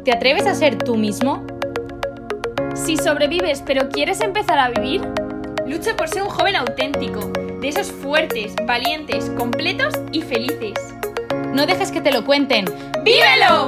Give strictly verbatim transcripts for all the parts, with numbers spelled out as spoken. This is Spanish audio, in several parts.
¿Te atreves a ser tú mismo? Si sobrevives pero quieres empezar a vivir, lucha por ser un joven auténtico, de esos fuertes, valientes, completos y felices. No dejes que te lo cuenten. ¡Vívelo!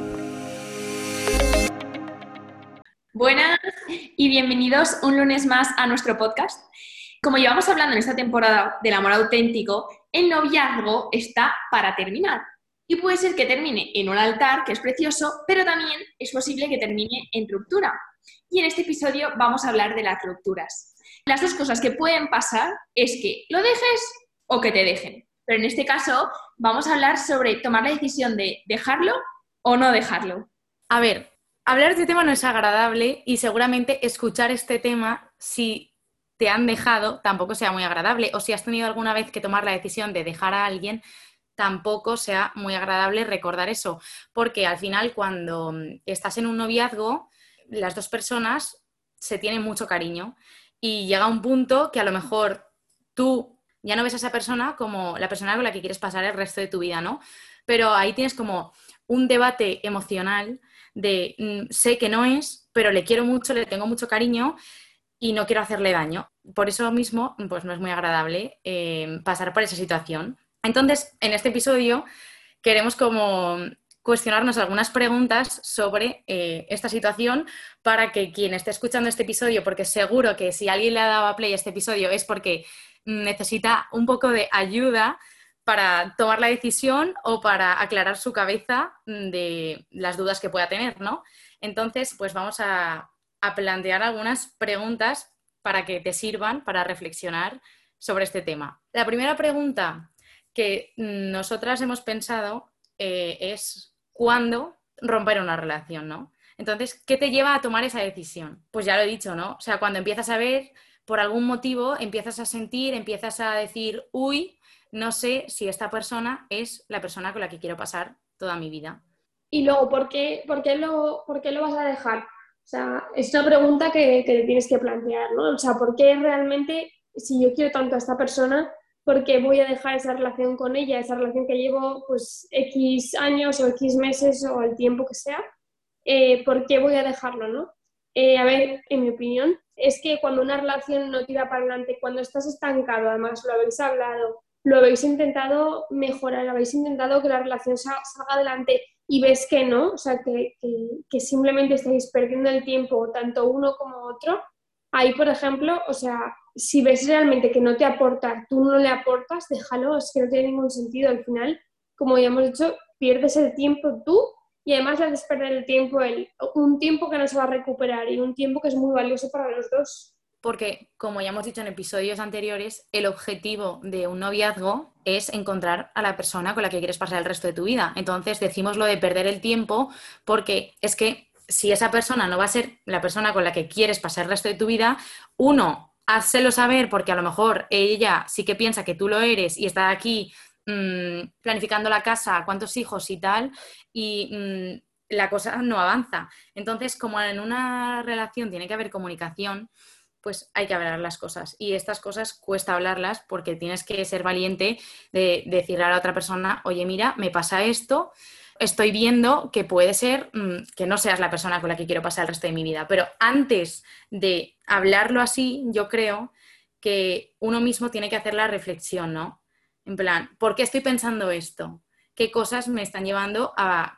Buenas y bienvenidos un lunes más a nuestro podcast. Como llevamos hablando en esta temporada del amor auténtico, el noviazgo está para terminar. Y puede ser que termine en un altar, que es precioso, pero también es posible que termine en ruptura. Y en este episodio vamos a hablar de las rupturas. Las dos cosas que pueden pasar es que lo dejes o que te dejen. Pero en este caso vamos a hablar sobre tomar la decisión de dejarlo o no dejarlo. A ver, hablar de este tema no es agradable y seguramente escuchar este tema, si te han dejado, tampoco sea muy agradable. O si has tenido alguna vez que tomar la decisión de dejar a alguien, tampoco sea muy agradable recordar eso. Porque al final, cuando estás en un noviazgo, las dos personas se tienen mucho cariño y llega un punto que a lo mejor tú ya no ves a esa persona como la persona con la que quieres pasar el resto de tu vida, ¿no? Pero ahí tienes como un debate emocional de mmm, sé que no es, pero le quiero mucho, le tengo mucho cariño y no quiero hacerle daño. Por eso mismo, pues no es muy agradable eh, pasar por esa situación. Entonces, en este episodio queremos como cuestionarnos algunas preguntas sobre eh, esta situación para que quien esté escuchando este episodio, porque seguro que si alguien le ha dado a play a este episodio es porque necesita un poco de ayuda para tomar la decisión o para aclarar su cabeza de las dudas que pueda tener, ¿no? Entonces, pues vamos a, a plantear algunas preguntas para que te sirvan para reflexionar sobre este tema. La primera pregunta que nosotras hemos pensado eh, es ¿cuándo romper una relación, ¿no? Entonces, ¿qué te lleva a tomar esa decisión? Pues ya lo he dicho, ¿no? O sea, cuando empiezas a ver, por algún motivo, empiezas a sentir, empiezas a decir, uy, no sé si esta persona es la persona con la que quiero pasar toda mi vida. Y luego, ¿por qué, por qué, lo, por qué lo vas a dejar? O sea, es una pregunta que, que te tienes que plantear, ¿no? O sea, ¿por qué realmente, si yo quiero tanto a esta persona, por qué voy a dejar esa relación con ella, esa relación que llevo, pues, X años o X meses o el tiempo que sea? Eh, ¿por qué voy a dejarlo, no? Eh, a ver, en mi opinión, es que cuando una relación no tira para adelante, cuando estás estancado, además lo habéis hablado, lo habéis intentado mejorar, habéis intentado que la relación salga adelante y ves que no, o sea, que, que, que simplemente estáis perdiendo el tiempo, tanto uno como otro, ahí, por ejemplo, o sea, si ves realmente que no te aporta, tú no le aportas, déjalo, es que no tiene ningún sentido. Al final, como ya hemos dicho, pierdes el tiempo tú y además le haces perder el tiempo, el, un tiempo que no se va a recuperar y un tiempo que es muy valioso para los dos. Porque, como ya hemos dicho en episodios anteriores, el objetivo de un noviazgo es encontrar a la persona con la que quieres pasar el resto de tu vida. Entonces, decimos lo de perder el tiempo porque es que si esa persona no va a ser la persona con la que quieres pasar el resto de tu vida, uno, házselo saber porque a lo mejor ella sí que piensa que tú lo eres y está aquí mmm, planificando la casa, cuántos hijos y tal, y mmm, la cosa no avanza. Entonces, como en una relación tiene que haber comunicación, pues hay que hablar las cosas. Y estas cosas cuesta hablarlas porque tienes que ser valiente de, de decirle a la otra persona, oye, mira, me pasa esto, estoy viendo que puede ser mmm, que no seas la persona con la que quiero pasar el resto de mi vida. Pero antes de hablarlo así, yo creo que uno mismo tiene que hacer la reflexión, ¿no? En plan, ¿por qué estoy pensando esto? ¿Qué cosas me están llevando a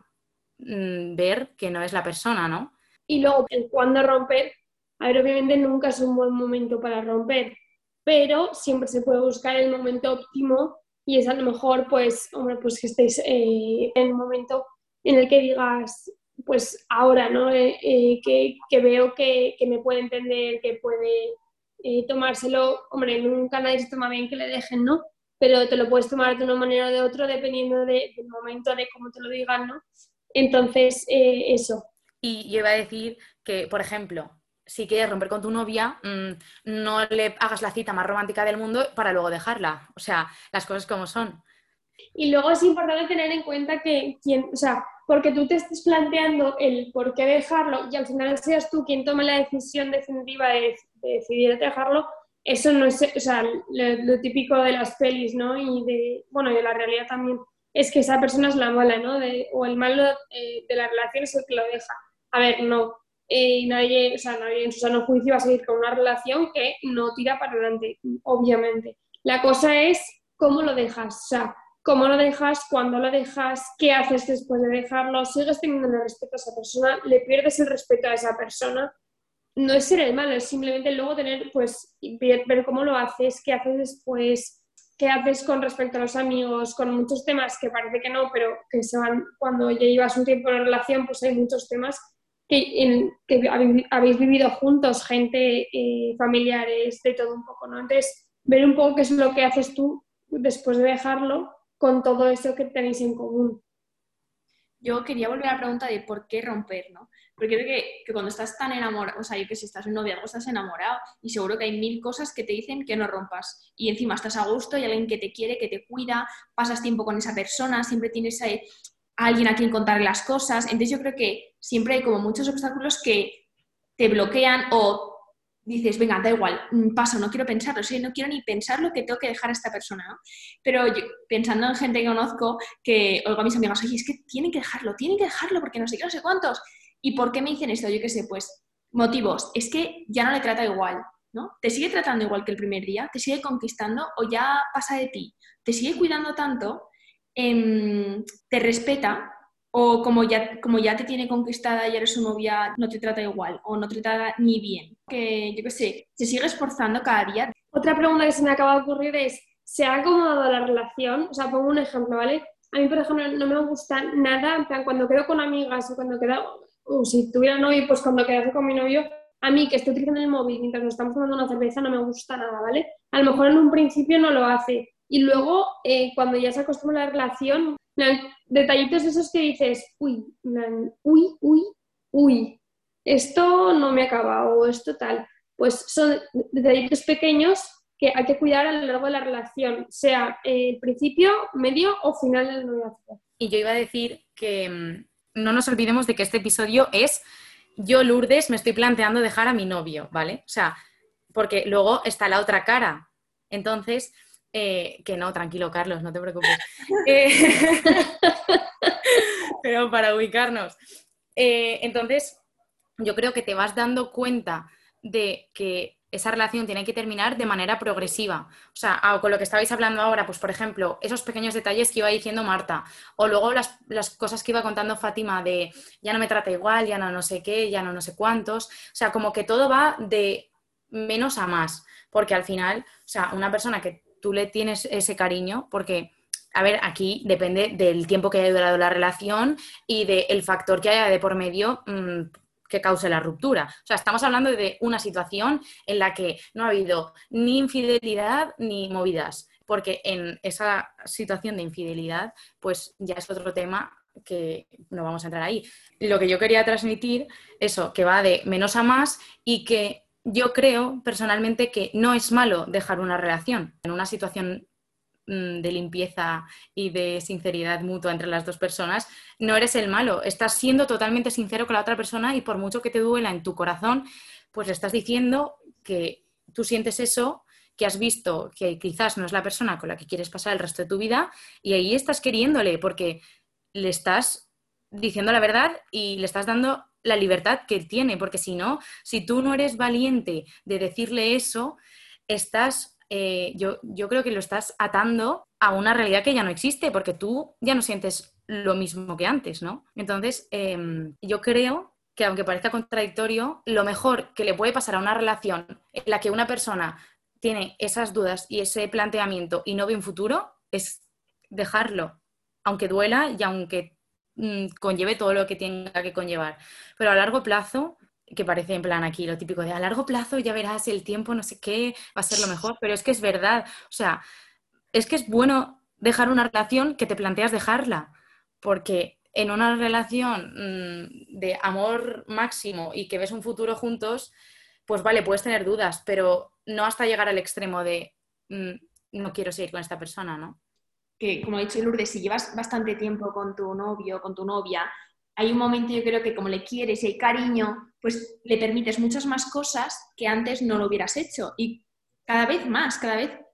mmm, ver que no es la persona, ¿no? Y luego, el cuándo romper. A ver, obviamente nunca es un buen momento para romper, pero siempre se puede buscar el momento óptimo y es a lo mejor, pues, hombre, pues que estéis eh, en un momento en el que digas, pues ahora, ¿no? Eh, eh, que, que veo que, que me puede entender, que puede eh, tomárselo, hombre, nunca nadie se toma bien que le dejen, ¿no? Pero te lo puedes tomar de una manera o de otra dependiendo de, del momento, de cómo te lo digan, ¿no? Entonces, eh, eso. Y yo iba a decir que, por ejemplo, si quieres romper con tu novia, mmm, no le hagas la cita más romántica del mundo para luego dejarla. O sea, las cosas como son. Y luego es importante tener en cuenta que quien, o sea, porque tú te estés planteando el por qué dejarlo y al final seas tú quien tome la decisión definitiva de, de decidir dejarlo, eso no es, o sea, lo, lo típico de las pelis, ¿no? Y de, bueno, y de la realidad también. es que esa persona es la mala, ¿no? De, o el malo eh, de la relación es el que lo deja. A ver, no. Eh, nadie, o sea, nadie en su sano juicio va a seguir con una relación que no tira para adelante, obviamente. La cosa es cómo lo dejas, o sea, cómo lo dejas, cuándo lo dejas, qué haces después de dejarlo, sigues teniendo el respeto a esa persona, le pierdes el respeto a esa persona. No es ser el malo, es simplemente luego tener, pues, ver, ver cómo lo haces, qué haces después, qué haces con respecto a los amigos, con muchos temas que parece que no, pero que se van, cuando ya llevas un tiempo en la relación, pues hay muchos temas que, en, que habéis vivido juntos, gente, eh, familiares, de todo un poco, ¿no? Entonces, ver un poco qué es lo que haces tú después de dejarlo con todo eso que tenéis en común. Yo quería volver a la pregunta de por qué romper, ¿no? Porque creo que, que cuando estás tan enamorado, o sea, yo que si estás en noviazgo, estás enamorado y seguro que hay mil cosas que te dicen que no rompas. Y encima estás a gusto, hay alguien que te quiere, que te cuida, pasas tiempo con esa persona, siempre tienes a, a alguien a quien contar las cosas. Entonces yo creo que siempre hay como muchos obstáculos que te bloquean o dices, venga, da igual, paso, no quiero pensarlo, sí, no quiero ni pensar lo que tengo que dejar a esta persona, ¿no? Pero yo, pensando en gente que conozco, que oigo a mis amigas, oye, es que tienen que dejarlo, tienen que dejarlo porque no sé qué, no sé cuántos. ¿Y por qué me dicen esto? Yo qué sé, pues motivos, es que ya no le trata igual, ¿no? Te sigue tratando igual que el primer día, te sigue conquistando o ya pasa de ti, te sigue cuidando tanto, eh, te respeta. O como ya, como ya te tiene conquistada y eres su novia, no te trata igual o no te trata ni bien. Que, yo qué sé, se sigue esforzando cada día. Otra pregunta que se me acaba de ocurrir es, ¿se ha acomodado la relación? O sea, pongo un ejemplo, ¿vale? A mí, por ejemplo, no me gusta nada, en plan, cuando quedo con amigas o cuando quedo, o si tuviera novio, pues cuando quedo con mi novio, a mí que estoy utilizando el móvil mientras nos estamos tomando una cerveza no me gusta nada, ¿vale? A lo mejor en un principio no lo hace. Y luego, eh, cuando ya se acostumbra a la relación, detallitos esos que dices, uy, uy, uy, uy, esto no me acaba o esto tal. Pues son detallitos pequeños que hay que cuidar a lo largo de la relación, sea el principio, medio o final del noviazgo. Y yo iba a decir que mmm, no nos olvidemos de que este episodio es yo, Lourdes, me estoy planteando dejar a mi novio, ¿vale? O sea, porque luego está la otra cara. Entonces, eh, que no, tranquilo, Carlos, no te preocupes. Eh, pero para ubicarnos. Eh, entonces, yo creo que te vas dando cuenta de que esa relación tiene que terminar de manera progresiva. O sea, con lo que estabais hablando ahora, pues por ejemplo, esos pequeños detalles que iba diciendo Marta, o luego las, las cosas que iba contando Fátima de ya no me trata igual, ya no no sé qué, ya no no sé cuántos. O sea, como que todo va de menos a más, porque al final, o sea, una persona que tú le tienes ese cariño, porque, a ver, aquí depende del tiempo que haya durado la relación y del factor que haya de por medio mmm, que cause la ruptura. O sea, estamos hablando de una situación en la que no ha habido ni infidelidad ni movidas, porque en esa situación de infidelidad, pues ya es otro tema que no vamos a entrar ahí. Lo que yo quería transmitir, eso, que va de menos a más y que yo creo personalmente que no es malo dejar una relación en una situación de limpieza y de sinceridad mutua entre las dos personas. No eres el malo, estás siendo totalmente sincero con la otra persona y por mucho que te duela en tu corazón, pues le estás diciendo que tú sientes eso, que has visto que quizás no es la persona con la que quieres pasar el resto de tu vida y ahí estás queriéndole porque le estás diciendo la verdad y le estás dando la libertad que él tiene, porque si no, si tú no eres valiente de decirle eso, estás, eh, yo, yo creo que lo estás atando a una realidad que ya no existe, porque tú ya no sientes lo mismo que antes, ¿no? Entonces, eh, yo creo que aunque parezca contradictorio, lo mejor que le puede pasar a una relación en la que una persona tiene esas dudas y ese planteamiento y no ve un futuro es dejarlo, aunque duela y aunque conlleve todo lo que tenga que conllevar. Pero a largo plazo, que parece en plan aquí lo típico de a largo plazo ya verás el tiempo, no sé qué, va a ser lo mejor, pero es que es verdad. O sea, es que es bueno dejar una relación que te planteas dejarla, porque en una relación mmm, de amor máximo y que ves un futuro juntos, pues vale, puedes tener dudas, pero no hasta llegar al extremo de mmm, no quiero seguir con esta persona, ¿no? Que, como ha dicho Lourdes, si llevas bastante tiempo con tu novio, con tu novia, hay un momento, yo creo que como le quieres y hay cariño, pues le permites muchas más cosas que antes no lo hubieras hecho. Y cada vez más, cada vez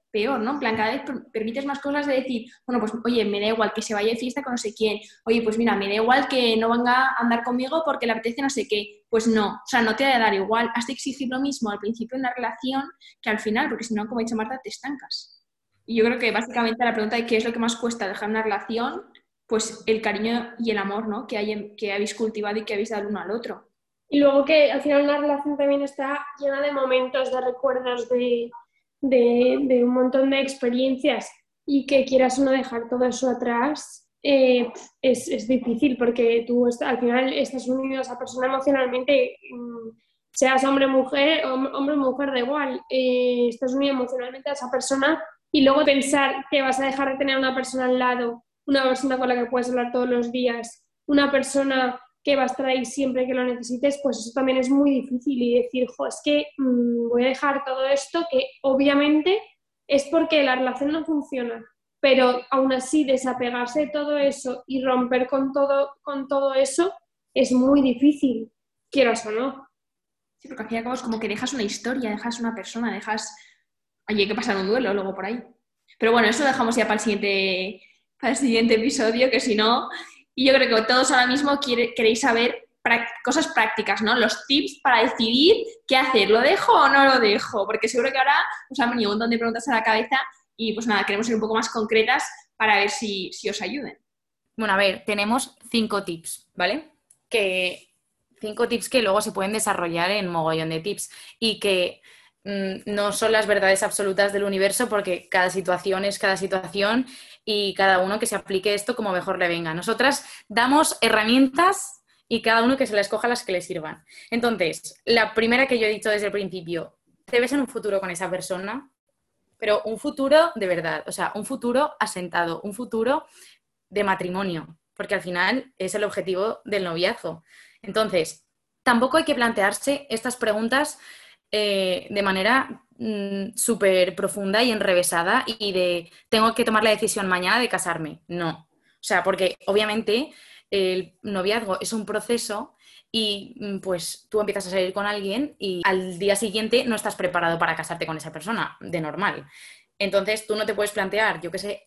peor, ¿no? En plan, cada vez permites más cosas de decir, bueno, pues oye, me da igual que se vaya de fiesta con no sé quién, oye, pues mira, me da igual que no venga a andar conmigo porque le apetece no sé qué. Pues no, o sea, no te ha de dar igual, has de exigir lo mismo al principio de una relación que al final, porque si no, como ha dicho Marta, te estancas. Y yo creo que básicamente la pregunta de qué es lo que más cuesta dejar una relación, pues el cariño y el amor, ¿no? Que, hay, que habéis cultivado y que habéis dado uno al otro. Y luego que al final una relación también está llena de momentos, de recuerdos, de, de, de un montón de experiencias y que quieras o no dejar todo eso atrás eh, es, es difícil porque tú est- al final estás unido a esa persona emocionalmente, mm, seas hombre o mujer, hom- hombre o mujer, da igual, eh, estás unido emocionalmente a esa persona y luego pensar que vas a dejar de tener una persona al lado, una persona con la que puedes hablar todos los días, una persona que va a estar ahí siempre que lo necesites, pues eso también es muy difícil y decir, jo, es que mmm, voy a dejar todo esto, que obviamente es porque la relación no funciona, pero aún así desapegarse de todo eso y romper con todo, con todo eso es muy difícil, quieras o no. Sí, porque al fin y al cabo es como que dejas una historia, dejas una persona, dejas... Oye, hay que pasar un duelo luego por ahí. Pero bueno, eso lo dejamos ya para el siguiente, para el siguiente episodio, que si no... Y yo creo que todos ahora mismo quiere, queréis saber cosas prácticas, ¿no? Los tips para decidir qué hacer. ¿Lo dejo o no lo dejo? Porque seguro que ahora os han venido un montón de preguntas a la cabeza y pues nada, queremos ser un poco más concretas para ver si, si os ayuden. Bueno, a ver, tenemos cinco tips, ¿vale? Que cinco tips que luego se pueden desarrollar en mogollón de tips y que mmm, no son las verdades absolutas del universo porque cada situación es cada situación y cada uno que se aplique esto como mejor le venga. Nosotras damos herramientas y cada uno que se le escoja las que le sirvan. Entonces, la primera que yo he dicho desde el principio, te ves en un futuro con esa persona, pero un futuro de verdad, o sea, un futuro asentado, un futuro de matrimonio, porque al final es el objetivo del noviazgo. Entonces, tampoco hay que plantearse estas preguntas eh, de manera mmm, súper profunda y enrevesada y de tengo que tomar la decisión mañana de casarme. No. O sea, porque obviamente el noviazgo es un proceso y pues tú empiezas a salir con alguien y al día siguiente no estás preparado para casarte con esa persona, de normal. Entonces tú no te puedes plantear, yo qué sé,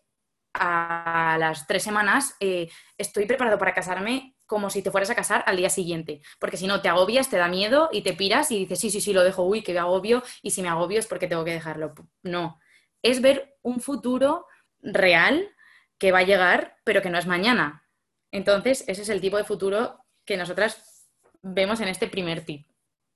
a las tres semanas eh, estoy preparado para casarme como si te fueras a casar al día siguiente, porque si no te agobias, te da miedo y te piras y dices sí, sí, sí, lo dejo, uy, que agobio y si me agobio es porque tengo que dejarlo. No, es ver un futuro real que va a llegar pero que no es mañana. Entonces ese es el tipo de futuro que nosotras vemos en este primer tip.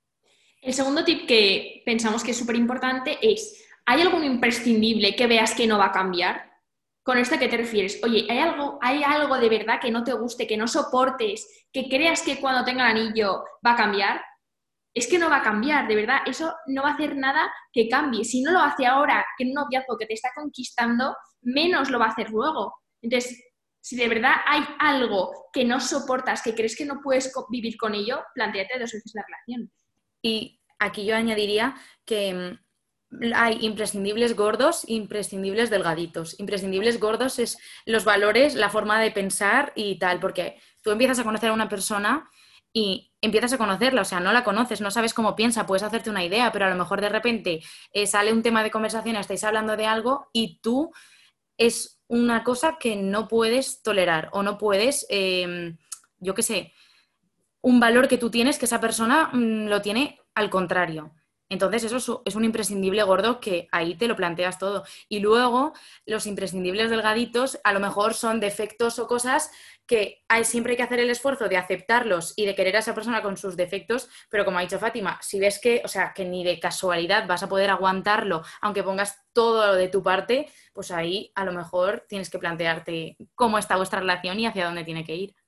El segundo tip que pensamos que es súper importante es, ¿hay algo imprescindible que veas que no va a cambiar? ¿Con esto a qué te refieres? Oye, ¿hay algo, ¿hay algo de verdad que no te guste, que no soportes, que creas que cuando tenga el anillo va a cambiar? Es que no va a cambiar, de verdad, eso no va a hacer nada que cambie. Si no lo hace ahora en un noviazgo que te está conquistando, menos lo va a hacer luego. Entonces, si de verdad hay algo que no soportas, que crees que no puedes vivir con ello, plantéate dos veces la relación. Y aquí yo añadiría que hay imprescindibles gordos, imprescindibles delgaditos. Imprescindibles gordos es los valores, la forma de pensar y tal, porque tú empiezas a conocer a una persona y empiezas a conocerla, o sea, no la conoces, no sabes cómo piensa, puedes hacerte una idea, pero a lo mejor de repente eh, sale un tema de conversación, estáis hablando de algo y tú es una cosa que no puedes tolerar o no puedes, eh, yo qué sé, un valor que tú tienes que esa persona mmm, lo tiene al contrario. Entonces eso es un imprescindible gordo que ahí te lo planteas todo. Y luego los imprescindibles delgaditos a lo mejor son defectos o cosas que hay, siempre hay que hacer el esfuerzo de aceptarlos y de querer a esa persona con sus defectos, pero como ha dicho Fátima, si ves que, o sea, que ni de casualidad vas a poder aguantarlo, aunque pongas todo de tu parte, pues ahí a lo mejor tienes que plantearte cómo está vuestra relación y hacia dónde tiene que ir.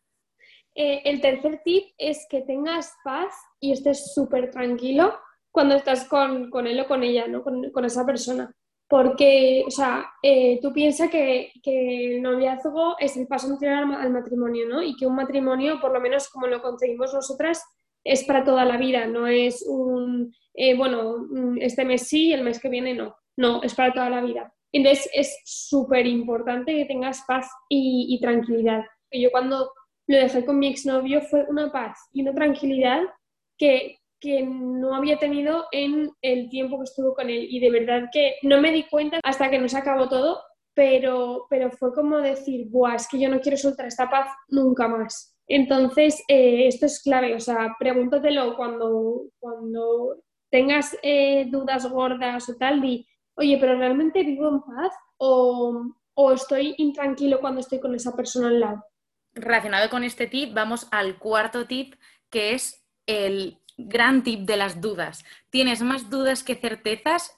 Eh, el tercer tip es que tengas paz y estés súper tranquilo cuando estás con, con él o con ella, ¿no? Con, con esa persona. Porque, o sea, eh, tú piensas que, que el noviazgo es el paso anterior al, al matrimonio, ¿no? Y que un matrimonio, por lo menos como lo concebimos nosotras, es para toda la vida, no es un, eh, bueno, este mes sí, el mes que viene no. No, es para toda la vida. Entonces es súper importante que tengas paz y, y tranquilidad. Yo cuando lo dejé con mi exnovio fue una paz y una tranquilidad que que no había tenido en el tiempo que estuve con él. Y de verdad que no me di cuenta hasta que no se acabó todo, pero, pero fue como decir, buah, es que yo no quiero soltar esta paz nunca más. Entonces, eh, esto es clave, o sea, pregúntatelo cuando, cuando tengas eh, dudas gordas o tal, di, oye, ¿pero realmente vivo en paz? ¿O, o estoy intranquilo cuando estoy con esa persona al lado? Relacionado con este tip, vamos al cuarto tip, que es el gran tip de las dudas. ¿Tienes más dudas que certezas?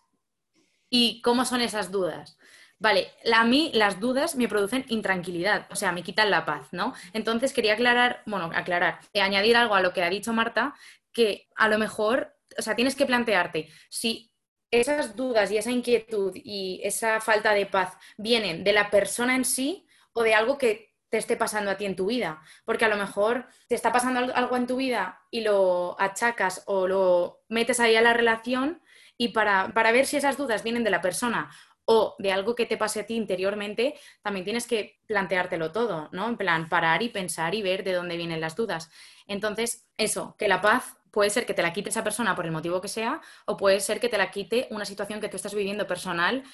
¿Y cómo son esas dudas? Vale, a mí las dudas me producen intranquilidad, o sea, me quitan la paz, ¿no? Entonces quería aclarar, bueno, aclarar, eh, añadir algo a lo que ha dicho Marta, que a lo mejor, o sea, tienes que plantearte si esas dudas y esa inquietud y esa falta de paz vienen de la persona en sí o de algo que te esté pasando a ti en tu vida, porque a lo mejor te está pasando algo en tu vida y lo achacas o lo metes ahí a la relación y para, para ver si esas dudas vienen de la persona o de algo que te pase a ti interiormente, también tienes que planteártelo todo, ¿no? En plan, parar y pensar y ver de dónde vienen las dudas. Entonces, eso, que la paz puede ser que te la quite esa persona por el motivo que sea o puede ser que te la quite una situación que tú estás viviendo personal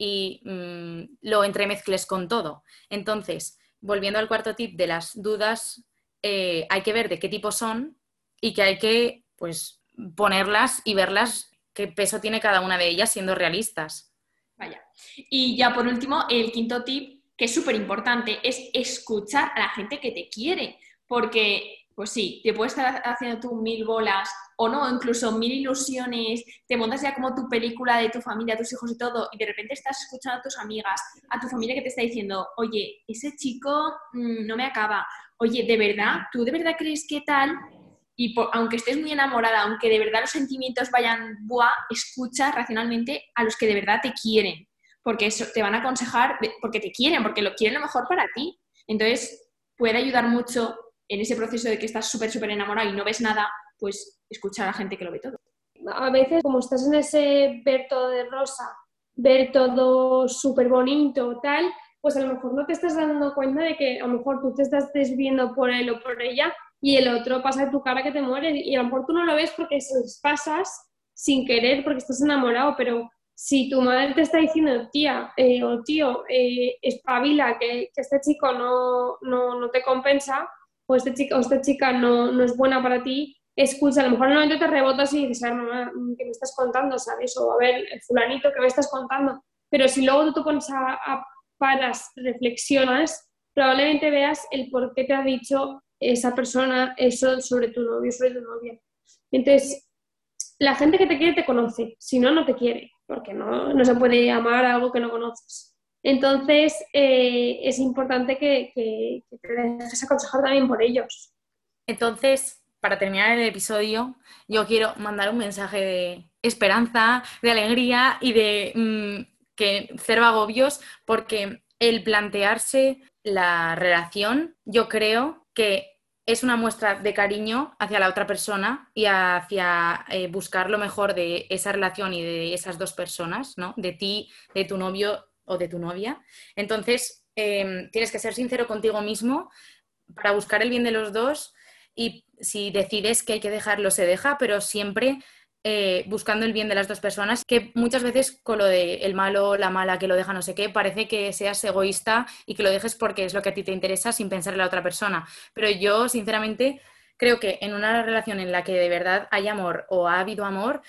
y mmm, lo entremezcles con todo. Entonces, volviendo al cuarto tip de las dudas, eh, hay que ver de qué tipo son y que hay que, pues, ponerlas y verlas qué peso tiene cada una de ellas siendo realistas. Vaya. Y ya por último, el quinto tip, que es súper importante, es escuchar a la gente que te quiere, porque, pues sí, te puedes estar haciendo tú mil bolas o no, incluso mil ilusiones, te montas ya como tu película de tu familia, tus hijos y todo, y de repente estás escuchando a tus amigas, a tu familia que te está diciendo, oye, ese chico mmm, no me acaba, oye, ¿de verdad? ¿Tú de verdad crees que tal? Y por, aunque estés muy enamorada, aunque de verdad los sentimientos vayan, buah, escucha racionalmente a los que de verdad te quieren, porque eso te van a aconsejar, porque te quieren, porque lo quieren lo mejor para ti. Entonces, puede ayudar mucho en ese proceso de que estás súper, súper enamorada y no ves nada, pues escuchar a la gente que lo ve todo. A veces, como estás en ese ver todo de rosa, ver todo súper bonito, tal, pues a lo mejor no te estás dando cuenta de que a lo mejor tú te estás desviando por él o por ella y el otro pasa de tu cara que te muere y a lo mejor tú no lo ves porque se los pasas sin querer porque estás enamorado, pero si tu madre te está diciendo, tía eh, o tío, eh, espabila, que, que este chico no, no, no te compensa o este chico o esta chica no, no es buena para ti, escucha, a lo mejor en el momento te rebotas y dices, a ver, mamá, ¿qué me estás contando? ¿Sabes? O a ver, el fulanito, ¿qué me estás contando? Pero si luego tú te pones a, a paras, reflexionas, probablemente veas el por qué te ha dicho esa persona eso sobre tu novio, sobre tu novia. Entonces, la gente que te quiere te conoce, si no, no te quiere, porque no, no se puede amar a algo que no conoces. Entonces, eh, es importante que, que, que te dejes aconsejar también por ellos. Entonces, para terminar el episodio, yo quiero mandar un mensaje de esperanza, de alegría y de mmm, que cero agobios, porque el plantearse la relación, yo creo que es una muestra de cariño hacia la otra persona y hacia eh, buscar lo mejor de esa relación y de esas dos personas, ¿no? De ti, de tu novio o de tu novia. Entonces, eh, tienes que ser sincero contigo mismo para buscar el bien de los dos y si decides que hay que dejarlo, se deja, pero siempre eh, buscando el bien de las dos personas, que muchas veces con lo de el malo, la mala, que lo deja no sé qué, parece que seas egoísta y que lo dejes porque es lo que a ti te interesa sin pensar en la otra persona. Pero yo, sinceramente, creo que en una relación en la que de verdad hay amor o ha habido amor,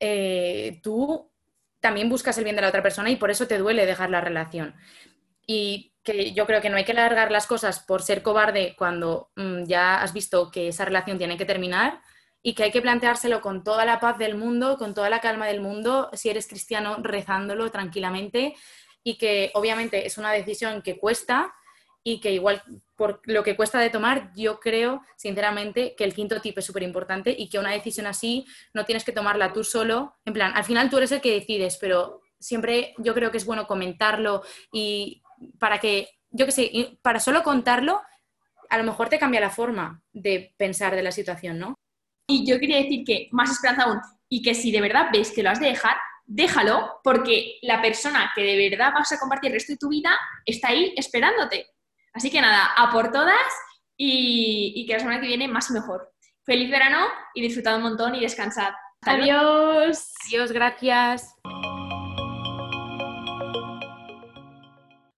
eh, tú también buscas el bien de la otra persona y por eso te duele dejar la relación. Y que yo creo que no hay que alargar las cosas por ser cobarde cuando mmm, ya has visto que esa relación tiene que terminar y que hay que planteárselo con toda la paz del mundo, con toda la calma del mundo, si eres cristiano rezándolo tranquilamente y que obviamente es una decisión que cuesta y que igual por lo que cuesta de tomar, yo creo sinceramente que el quinto tip es súper importante y que una decisión así no tienes que tomarla tú solo, en plan, al final tú eres el que decides, pero siempre yo creo que es bueno comentarlo y para que, yo qué sé, para solo contarlo, a lo mejor te cambia la forma de pensar de la situación, ¿no? Y yo quería decir que, más esperanza aún, y que si de verdad ves que lo has de dejar, déjalo, porque la persona que de verdad vas a compartir el resto de tu vida está ahí esperándote. Así que nada, a por todas y, y que la semana que viene más y mejor. Feliz verano y disfrutad un montón y descansad. Adiós. Adiós, gracias.